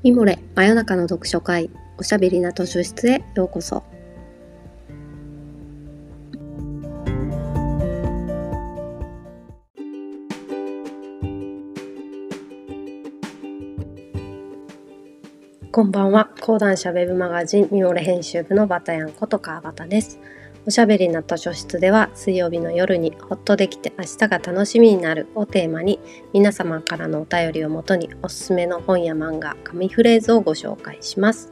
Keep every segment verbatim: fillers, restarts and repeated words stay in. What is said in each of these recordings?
ミモレ真夜中の読書会、おしゃべりな図書室へようこそ。こんばんは。講談社ウェブマガジンミモレ編集部のバタヤンこと川端です。おしゃべりな図書室では、水曜日の夜にほっとできて明日が楽しみになるをテーマに、皆様からのお便りをもとにおすすめの本や漫画、紙フレーズをご紹介します。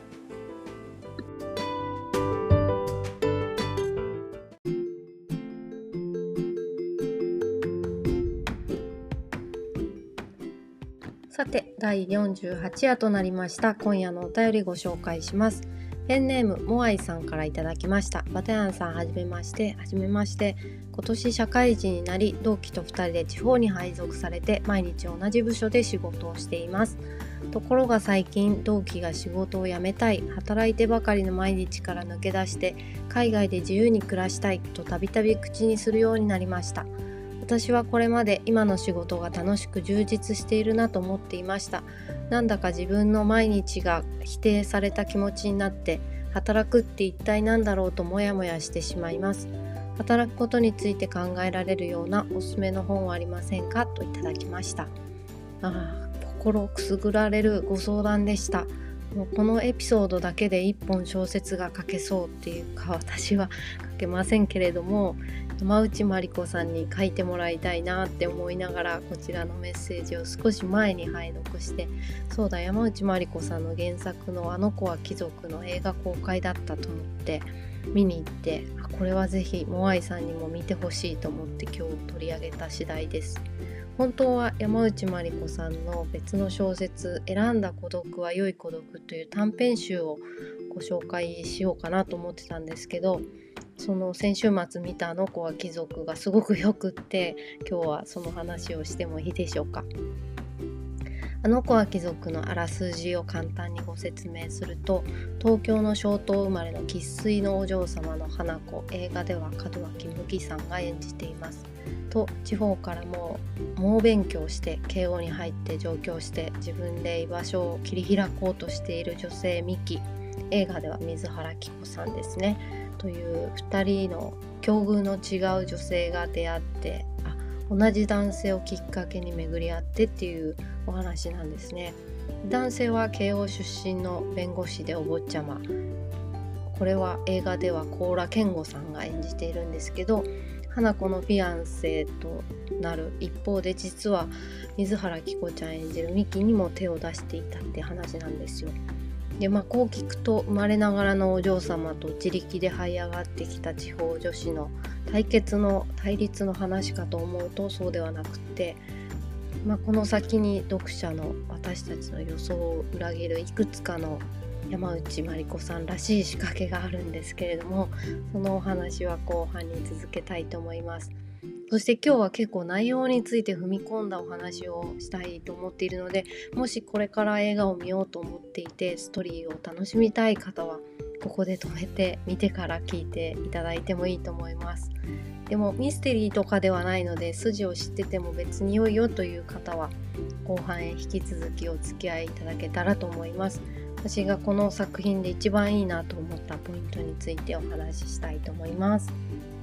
さて、だいよんじゅうはち夜となりました。今夜のお便りご紹介します。ペンネームモアイさんからいただきました。バタヤンさん、はじめまして。はじめまして。今年社会人になり、同期とふたりで地方に配属されて、毎日同じ部署で仕事をしています。ところが最近、同期が仕事を辞めたい、働いてばかりの毎日から抜け出して海外で自由に暮らしたいとたびたび口にするようになりました。私はこれまで今の仕事が楽しく充実しているなと思っていました。なんだか自分の毎日が否定された気持ちになって、働くって一体何だろうとモヤモヤしてしまいます。働くことについて考えられるようなおすすめの本はありませんか、といただきました。ああ、心をくすぐられるご相談でした。もうこのエピソードだけで一本小説が書けそうっていうか、私は書けませんけれども、山内まりこさんに書いてもらいたいなって思いながら、こちらのメッセージを少し前に拝読して、そうだ、山内まりこさんの原作のあの子は貴族の映画公開だったと思って見に行って、これはぜひモアイさんにも見てほしいと思って今日取り上げた次第です。本当は山内まりこさんの別の小説、選んだ孤独は良い孤独という短編集をご紹介しようかなと思ってたんですけど、その先週末見たあの子は貴族がすごくよくって、今日はその話をしてもいいでしょうか。あの子は貴族のあらすじを簡単にご説明すると、東京の小島生まれの生粋のお嬢様の花子、映画では門脇麦さんが演じていますと、地方からも猛勉強して慶応に入って上京して自分で居場所を切り開こうとしている女性ミキ、映画では水原希子さんですね、というふたりの境遇の違う女性が出会って、あ、同じ男性をきっかけに巡り合ってっていうお話なんですね。男性は慶応出身の弁護士でお坊ちゃま、これは映画では高良健吾さんが演じているんですけど、花子のフィアンセとなる一方で、実は水原希子ちゃん演じるミキにも手を出していたって話なんですよ。で、まあ、こう聞くと生まれながらのお嬢様と自力で這い上がってきた地方女子の対決の対立の話かと思うと、そうではなくて、まあ、この先に読者の私たちの予想を裏切るいくつかの山内まりこさんらしい仕掛けがあるんですけれども、そのお話は後半に続けたいと思います。そして今日は結構内容について踏み込んだお話をしたいと思っているので、もしこれから映画を見ようと思っていてストーリーを楽しみたい方は、ここで止めて見てから聞いていただいてもいいと思います。でもミステリーとかではないので、筋を知ってても別に良いよという方は後半へ引き続きお付き合いいただけたらと思います。私がこの作品で一番いいなと思ったポイントについてお話ししたいと思います。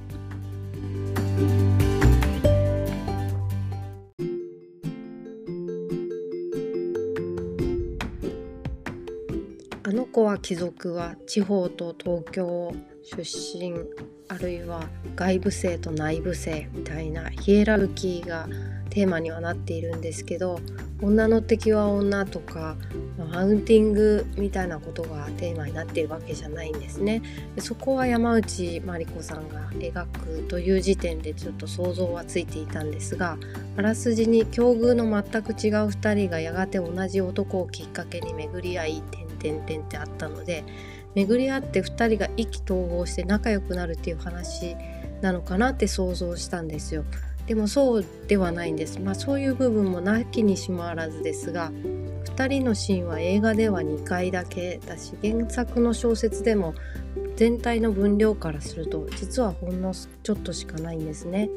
あの子は貴族は地方と東京出身、あるいは外部性と内部性みたいなヒエラルキーがテーマにはなっているんですけど、女の敵は女とかマウンティングみたいなことがテーマになっているわけじゃないんですね。そこは山内まりこさんが描くという時点でちょっと想像はついていたんですが、あらすじに境遇の全く違うふたりがやがて同じ男をきっかけに巡り合い点々点ってあったので、巡り合ってふたりが意気投合して仲良くなるっていう話なのかなって想像したんですよ。でもそうではないんです。まあそういう部分もなきにしもあらずですが、ふたりのシーンは映画ではにかいだけだし、原作の小説でも全体の分量からすると実はほんのちょっとしかないんですね。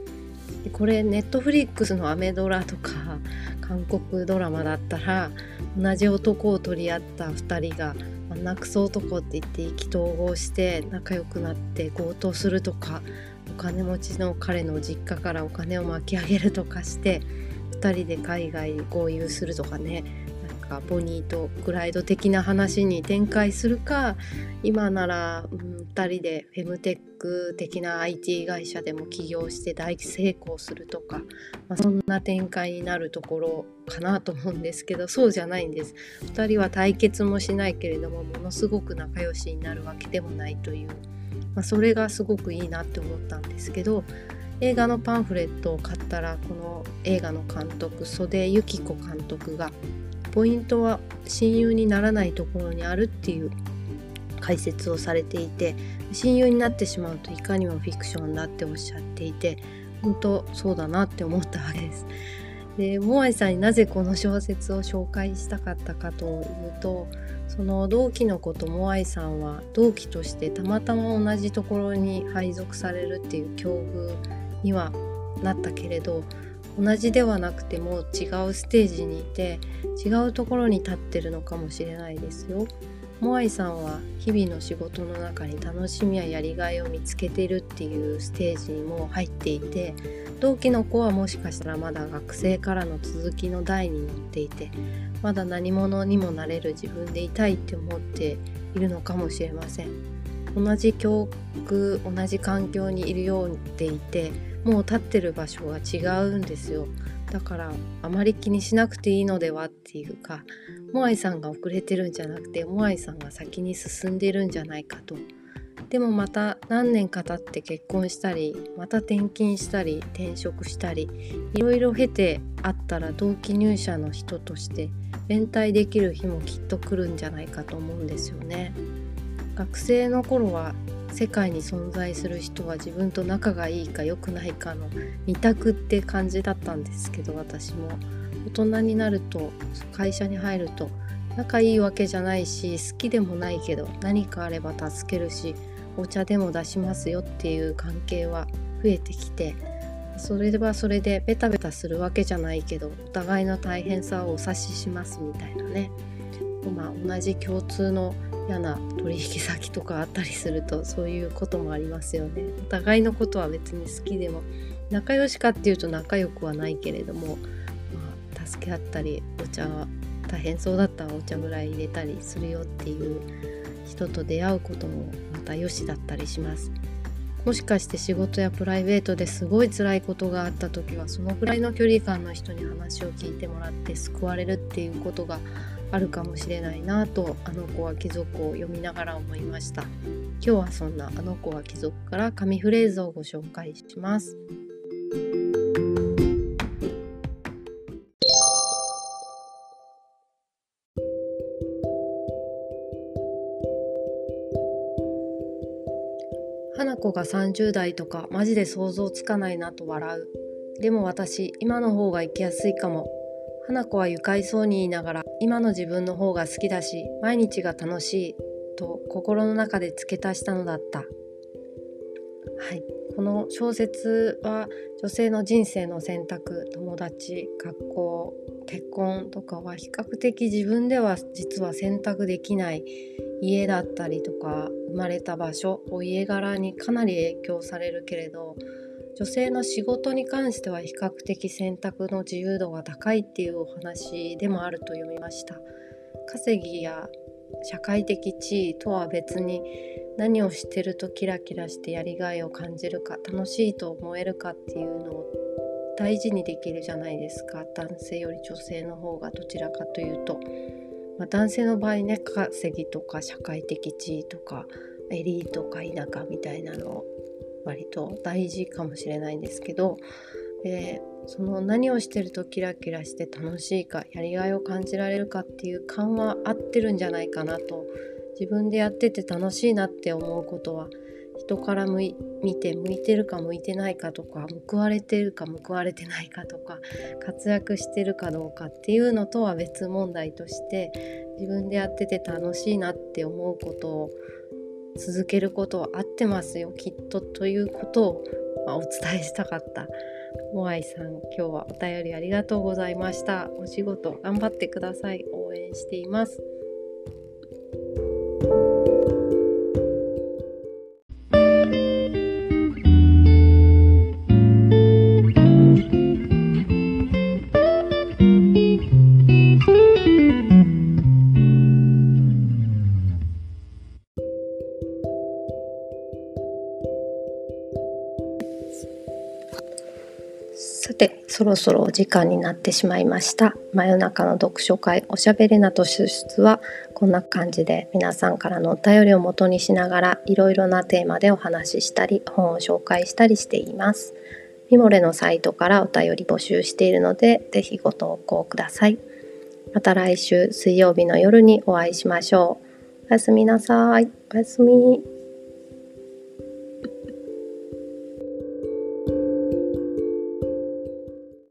でこれネットフリックスのアメドラとか韓国ドラマだったら、同じ男を取り合ったふたりがナクソ男って言って意気投合して仲良くなって強盗するとか、お金持ちの彼の実家からお金を巻き上げるとかしてふたりで海外に豪遊するとかね、なんかボニーとクライド的な話に展開するか、今なら、うん、ふたりでフェムテック的な アイティー 会社でも起業して大成功するとか、まあ、そんな展開になるところかなと思うんですけど、そうじゃないんです。ふたりは対決もしないけれども、ものすごく仲良しになるわけでもないという、まあ、それがすごくいいなって思ったんですけど、映画のパンフレットを買ったら、この映画の監督袖由紀子監督が、ポイントは親友にならないところにあるっていう解説をされていて、親友になってしまうといかにもフィクションだっておっしゃっていて、本当そうだなって思ったわけです。で、モアイさんになぜこの小説を紹介したかったかというと、その同期の子とモアイさんは同期としてたまたま同じところに配属されるっていう境遇にはなったけれど、同じではなくても違うステージにいて違うところに立ってるのかもしれないですよ。モアイさんは日々の仕事の中に楽しみややりがいを見つけているっていうステージにも入っていて、同期の子はもしかしたらまだ学生からの続きの代に乗っていて、まだ何者にもなれる自分でいたいって思っているのかもしれません。同じ境遇、同じ環境にいるようでいて、もう立ってる場所が違うんですよ。だからあまり気にしなくていいのではっていうか、モアイさんが遅れてるんじゃなくてモアイさんが先に進んでるんじゃないかと。でもまた何年か経って結婚したり、また転勤したり転職したり、いろいろ経て会ったら同期入社の人として連帯できる日もきっと来るんじゃないかと思うんですよね。学生の頃は世界に存在する人は自分と仲がいいか良くないかの二択って感じだったんですけど、私も大人になると会社に入ると仲いいわけじゃないし、好きでもないけど何かあれば助けるし、お茶でも出しますよっていう関係は増えてきて、それはそれでベタベタするわけじゃないけどお互いの大変さをお察ししますみたいなね。まあ、同じ共通の嫌な取引先とかあったりするとそういうこともありますよね。お互いのことは別に好きでも仲良しかっていうと仲良くはないけれども、まあ、助け合ったりお茶は大変そうだったらお茶ぐらい入れたりするよっていう人と出会うこともまた良しだったりします。もしかして仕事やプライベートですごい辛いことがあった時は、そのくらいの距離感の人に話を聞いてもらって救われるっていうことがあるかもしれないなと、あの子は貴族を読みながら思いました。今日はそんなあの子は貴族から紙フレーズをご紹介します。花子がさんじゅう代とかマジで想像つかないなと笑う。でも私今の方が生きやすいかも。花子は愉快そうに言いながら、今の自分の方が好きだし毎日が楽しいと心の中で付け足したのだった。はい、この小説は女性の人生の選択、友達、学校、結婚とかは比較的自分では実は選択できない家だったりとか生まれた場所、お家柄にかなり影響されるけれど、女性の仕事に関しては比較的選択の自由度が高いっていうお話でもあると読みました。稼ぎや社会的地位とは別に、何をしてるとキラキラしてやりがいを感じるか、楽しいと思えるかっていうのを大事にできるじゃないですか。男性より女性の方がどちらかというと、まあ、男性の場合ね、稼ぎとか社会的地位とかエリートか田舎みたいなの割と大事かもしれないんですけど、えー、その何をしてるとキラキラして楽しいか、やりがいを感じられるかっていう感は合ってるんじゃないかなと。自分でやってて楽しいなって思うことは、人から向い見て向いてるか向いてないかとか、報われてるか報われてないかとか、活躍してるかどうかっていうのとは別問題として、自分でやってて楽しいなって思うことを続けることは合ってますよきっとということを、まあ、お伝えしたかった。 モアイさん、今日はお便りありがとうございました。お仕事頑張ってください。応援しています。さて、そろそろお時間になってしまいました。真夜中の読書会おしゃべりな図書室はこんな感じで、皆さんからのお便りを元にしながらいろいろなテーマでお話ししたり、本を紹介したりしています。ミモレのサイトからお便り募集しているので、ぜひご投稿ください。また来週水曜日の夜にお会いしましょう。おやすみなさい。おやすみ。